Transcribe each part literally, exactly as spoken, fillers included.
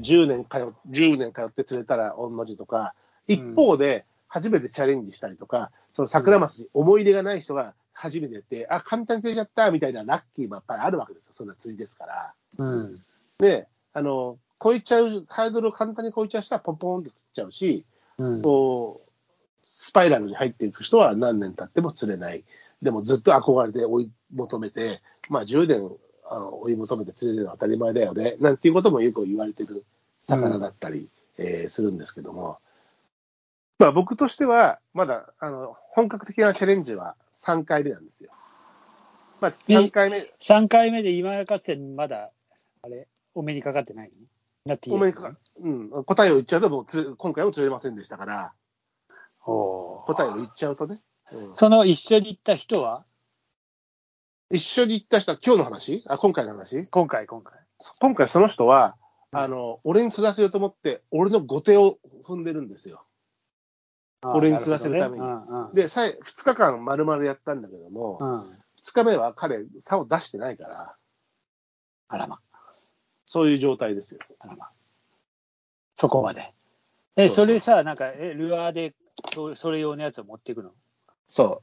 じゅうねん通っ、じゅうねん通って釣れたら御の字とか、一方で初めてチャレンジしたりとか、そのサクラマスに思い入れがない人が初めてやって、あ、簡単に釣れちゃったみたいなラッキーもやっぱりあるわけですよ、そんな釣りですから。 うん、 で、あの、超えちゃう、ハードルを簡単に超えちゃう人はポンポンと釣っちゃうし、 うん、 こう、スパイラルに入っていく人は何年経っても釣れない。でもずっと憧れて追い求めて、まあじゅうねんあの追い求めて釣れるのは当たり前だよね、なんていうこともよく言われてる魚だったり、うんえー、するんですけども、まあ僕としては、まだあの本格的なチャレンジはさんかいめなんですよ。まあさんかいめ。 さんかいめで今かつてまだ、あれ、お目にかかってないなってお目にかか、うん、答えを言っちゃうともう釣れ、今回も釣れませんでしたから、 お答えを言っちゃうとね。 うん、その一緒に行った人は一緒に行った人は今日の話あ、今回の話今回、今回。 今回その人は、うん、あの、俺に釣らせようと思って、俺の後手を踏んでるんですよ。俺に釣らせるために。ねうんうん、で、ふつかかん丸々やったんだけども、うん、ふつかめは彼、差を出してないから。 あらま。 そういう状態ですよ。 あらま。そこまで。え、それさ、なんか、え、ルアーでそ、それ用のやつを持っていくの？ そう。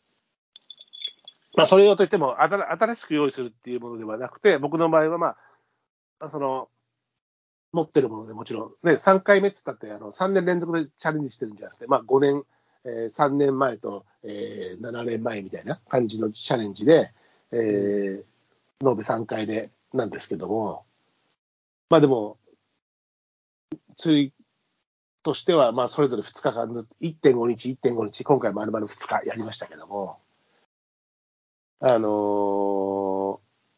まあ、それ用といっても、新しく用意するっていうものではなくて、僕の場合は、まあ、その、持ってるものでもちろん、ね、さんかいめって言ったって、あの、さんねん連続でチャレンジしてるんじゃなくて、まあ、ごねん、えー、さんねんまえと、えー、ななねんまえみたいな感じのチャレンジで、えー、延べさんかいめなんですけども、まあでも、釣りとしては、まあ、それぞれふつかかんずつ、いってんごにち、いってんごにち、今回丸々ふつかやりましたけども、あのー、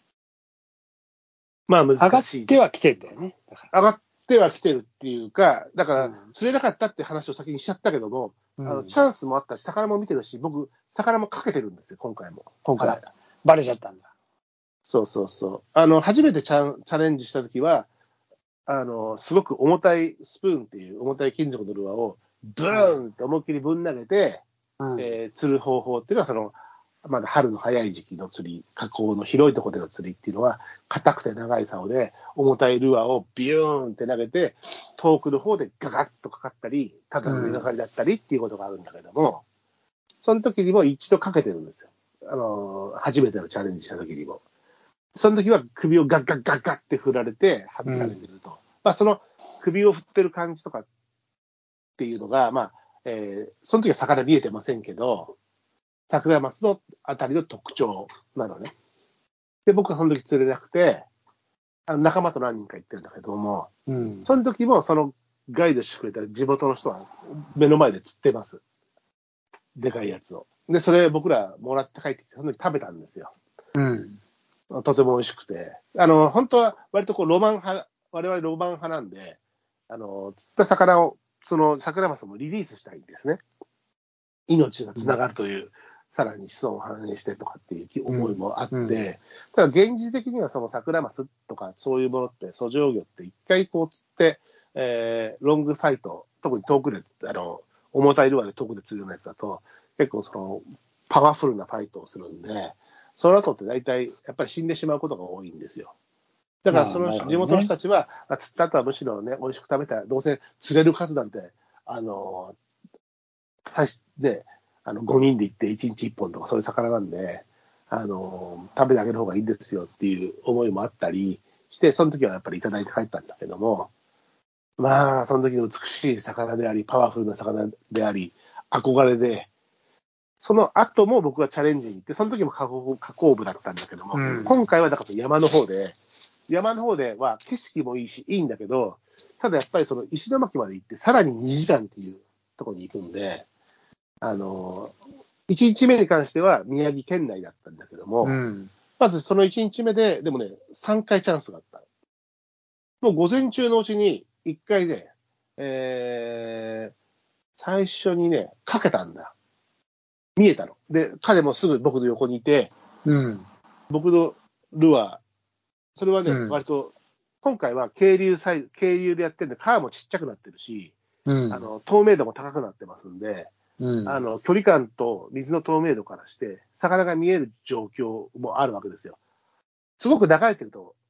まあ難しい。 上がっては来てるんだよね。 だから上がっては来てるっていうか、だから、釣れなかったって話を先にしちゃったけども、うん、あのチャンスもあったし、魚も見てるし、僕、魚もかけてるんですよ、今回も。今回。 バレちゃったんだ。 そうそうそう。あの、初めてチャチャレンジしたときは、あの、すごく重たいスプーンっていう重たい金属のルアーを、ブーンって思いっきりぶん投げて、うんえー、釣る方法っていうのは、その、まだ春の早い時期の釣り、河口の広いところでの釣りっていうのは、硬くて長い竿で、重たいルアーをビューンって投げて、遠くの方でガガッとかかったり、ただの根がかりだったりっていうことがあるんだけども、うん、その時にも一度かけてるんですよ。あの、初めてのチャレンジした時にも。その時は首をガッガッガッガッって振られて外されてると。うん、まあ、その首を振ってる感じとかっていうのが、まあ、えー、その時は魚見えてませんけど、桜松のあたりの特徴なのね。で、僕はその時釣れなくて、あの仲間と何人か行ってるんだけども、うん、その時もそのガイドしてくれた地元の人は目の前で釣ってます。でかいやつを。で、それ僕らもらって帰ってきて、その時食べたんですよ。うん。とても美味しくて。あの、本当は割とこうロマン派、我々ロマン派なんで、あの、釣った魚を、その桜松もリリースしたいんですね。命がつながるという、うん、さらに子孫を繁栄してとかっていう思いもあって、うんうん、ただ現実的にはその桜松とかそういうものって、粗上魚って一回こう釣って、えー、ロングファイト、特に遠くで、あの、重たいルアーで遠くで釣るようなやつだと、結構その、パワフルなファイトをするんで、その後って大体やっぱり死んでしまうことが多いんですよ。だからその地元の人たちは、ね、釣った後はむしろね、美味しく食べたら、どうせ釣れる数なんて、あの、最初ね、あのごにんで行っていちにちいっぽんとかそういう魚なんで、あの、食べてあげる方がいいんですよっていう思いもあったりして、その時はやっぱりいただいて帰ったんだけども、まあ、その時の美しい魚であり、パワフルな魚であり、憧れで、その後も僕はチャレンジに行って、その時も河口、河口部だったんだけども、うん、今回はだから山の方で、山の方では景色もいいし、いいんだけど、ただやっぱりその石巻まで行って、さらににじかんっていうところに行くんで、あの、いちにちめに関しては宮城県内だったんだけども、うん、まずそのいちにちめで、でもね、さんかいチャンスがあった。もう午前中のうちにいっかいね、えー、最初にね、かけたんだ。見えたの。で、彼もすぐ僕の横にいて、うん、僕のルアー、それはね、うん、割と、今回は渓流サイズ、渓流でやってるんで、川もちっちゃくなってるし、うん、あの透明度も高くなってますんで、うん、あの距離感と水の透明度からして、魚が見える状況もあるわけですよ。すごく流れてると、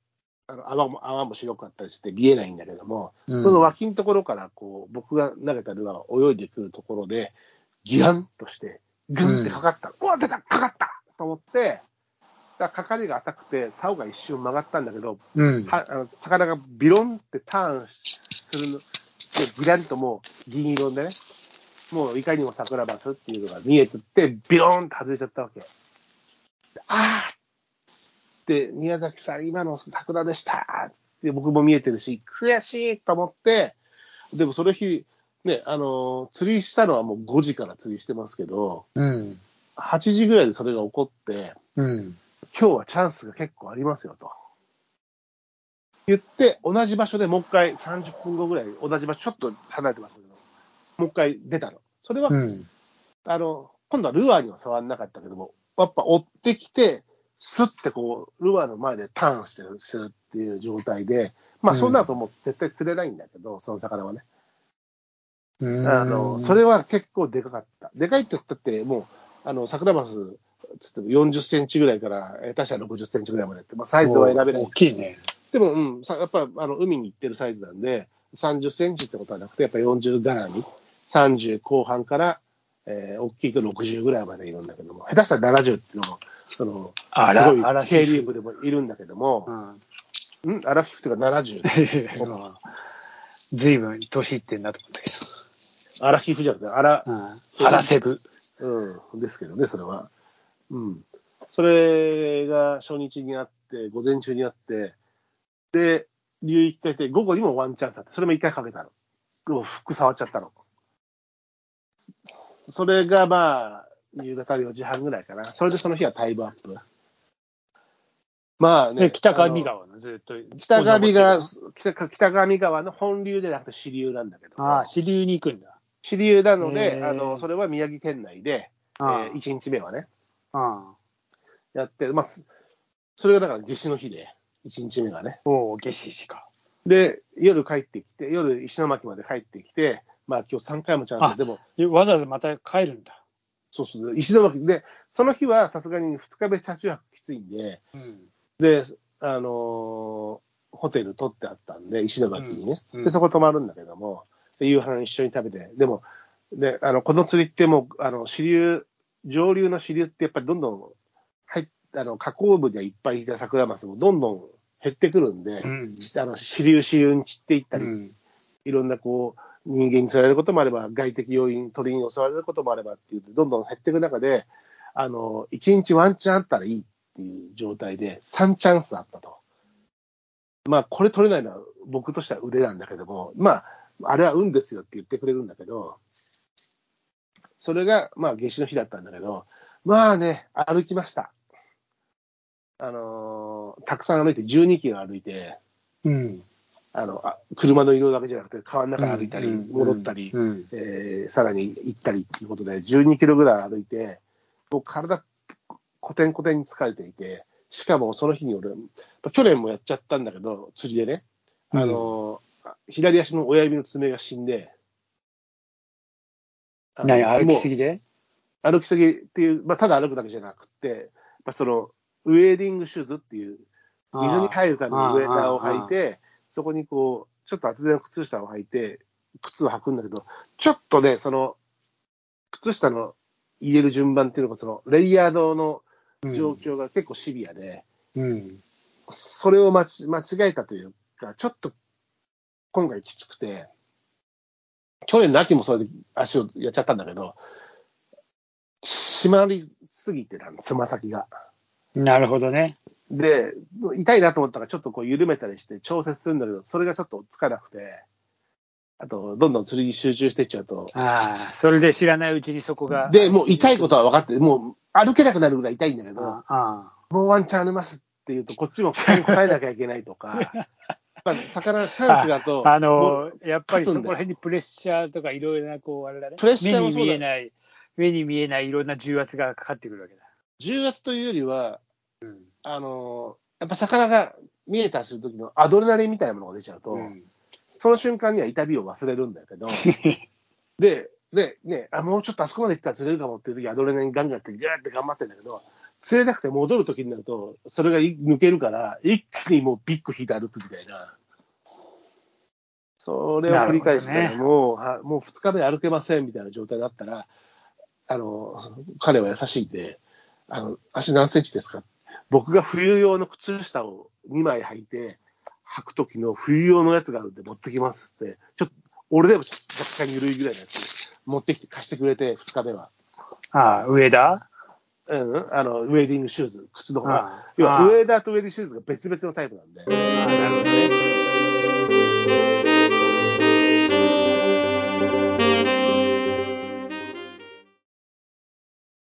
あの泡も泡も白かったりして見えないんだけども、 うん、 その脇のところからこう僕が投げたルアーが泳いでくるところでギランとしてグンってかかった、うん、うわ出たかかったと思って、だかかりが浅くて竿が一瞬曲がったんだけど、うん、はあの魚がビロンってターンするのでギランともう銀色でね、もういかにも桜バスっていうのが見えてってビロンって外れちゃったわけ。あーで、宮崎さん、今の桜でしたって僕も見えてるし、悔しいと思って、でもその日、ね、あの、釣りしたのはもうごじから釣りしてますけど、うん、はちじぐらいでそれが起こって、うん、今日はチャンスが結構ありますよと。言って、同じ場所でもう一回さんじゅっぷんごぐらい、同じ場所ちょっと離れてますけど、もう一回出たの。それは、うん、あの、今度はルアーには触らなかったけども、やっぱ追ってきて、スッてこう、ルアーの前でターンしてる、するっていう状態で、まあそうなるともう絶対釣れないんだけど、うん、その魚はね。あの、それは結構でかかった。でかいって言ったって、もう、あの、桜マス、つってもよんじゅっセンチぐらいから、下手したらろくじゅっセンチぐらいまでって、まあサイズは選べない。 大きいね。 でも、うん、やっぱあの海に行ってるサイズなんで、さんじゅっセンチってことはなくて、やっぱよんじゅう絡み、さんじゅう後半から、えー、大きいとろくじゅうぐらいまでいるんだけども、下手したらななじゅうっていうのも、その、すごい渓流部でもいるんだけども、うん、んアラフィフというかななじゅう。 ずいぶん年いってんなと思ったけど。 アラフィフじゃなくて、アラ、 うん、アラセブ。 うん、ですけどね、それは。うん。それが初日にあって、午前中にあって、で、流域変えて、午後にもワンチャンスあって、それも一回かけたの。でも、服触っちゃったの。それがまあ、夕方よじはんぐらいかな。それでその日はタイムアップ。まあね。 北上川のずっと。 北上川、北、北上川の本流でなくて支流なんだけど。 ああ、支流に行くんだ。 支流なので、あの、それは宮城県内で、えー、いちにちめはね。ああやって、まあ、それがだから夏至の日で、いちにちめがね。 おお、夏至か。 で、夜帰ってきて、夜石巻まで帰ってきて、まあ今日さんかいもチャンスで、でも。 わざわざまた帰るんだ。 そうそう。石巻で、その日はさすがにふつかめ車中泊きついんで、うん、で、あのー、ホテル取ってあったんで、石巻にね。うんうん、で、そこ泊まるんだけども、夕飯一緒に食べて、でも、で、あの、この釣りってもう、あの、支流、上流の支流ってやっぱりどんどん入っあの、河口部にはいっぱいいた桜マスもどんどん減ってくるんで、うん、あの支流支流に散っていったり、うん、いろんなこう、人間に釣られることもあれば、外的要因、鳥に襲われることもあればっていう、どんどん減っていく中で、あの、いちにちワンチャンあったらいいっていう状態で、さんチャンスあったと。まあ、これ取れないのは僕としては腕なんだけども、まあ、あれは運ですよって言ってくれるんだけど、それが、まあ、夏至の日だったんだけど、まあね、歩きました。あのー、たくさん歩いて、じゅうにキロ歩いて、うん、あのあ車の移動だけじゃなくて、川の中歩いたり、戻ったり、うんうんえー、さらに行ったりっていうことで、じゅうにキロぐらい歩いて、もう体、コテンコテンに疲れていて、しかもその日に俺、去年もやっちゃったんだけど、釣りでね、あのーうん、左足の親指の爪が死んで、 何、歩きすぎで歩きすぎっていう、まあ、ただ歩くだけじゃなくて、まあ、その、ウェーディングシューズっていう、水に帰るためにウェーダーを履いて、そこにこう、ちょっと厚手の靴下を履いて、靴を履くんだけど、ちょっとね、その、靴下の入れる順番っていうのが、その、レイヤードの状況が結構シビアで、うんうん、それを間ち間違えたというか、ちょっと今回きつくて、去年の秋もそれで足をやっちゃったんだけど、締まりすぎてたの、つま先が。 なるほどね。 で、痛いなと思ったからちょっとこう緩めたりして調節するんだけど、それがちょっとつかなくて、あと、どんどん釣りに集中していっちゃうと。 ああ、それで知らないうちにそこが。 で、もう痛いことは分かって、もう歩けなくなるぐらい痛いんだけど、ああもうワンチャンありますって言うと、こっちも負担に答えなきゃいけないとか、まあ、魚、チャンスだと。 あ、あの、やっぱりそこら辺にプレッシャーとかいろいろな、こう、あれだね。 プレッシャーも目に見えない、目に見えないいろんな重圧がかかってくるわけだ。 重圧というよりは、うん、あの、やっぱ魚が見えたりするときのアドレナリンみたいなものが出ちゃうと、うん、その瞬間には痛みを忘れるんだけど、で、で、ね、あ、もうちょっとあそこまで行ったら釣れるかもっていうとき、アドレナリンガンガンってギャーって頑張ってんだけど、 釣れなくて戻るときになると、それが抜けるから、一気にもうビッグ引いて歩くみたいな。それを繰り返したら、もう、ね、もうふつかめ歩けませんみたいな状態だったら、あの、彼は優しいんで、あの、足何センチですか？僕が冬用の靴下をにまい履いて、履くときの冬用のやつがあるんで持ってきますって、ちょっと、俺でも若干緩いぐらいのやつ持ってきて貸してくれて、ふつかめは。 ああ、ウェダーうん、あの、ウェディングシューズ、靴の方が。要は、ウェーダーとウェディングシューズが別々のタイプなんで。ああ、なるほどね。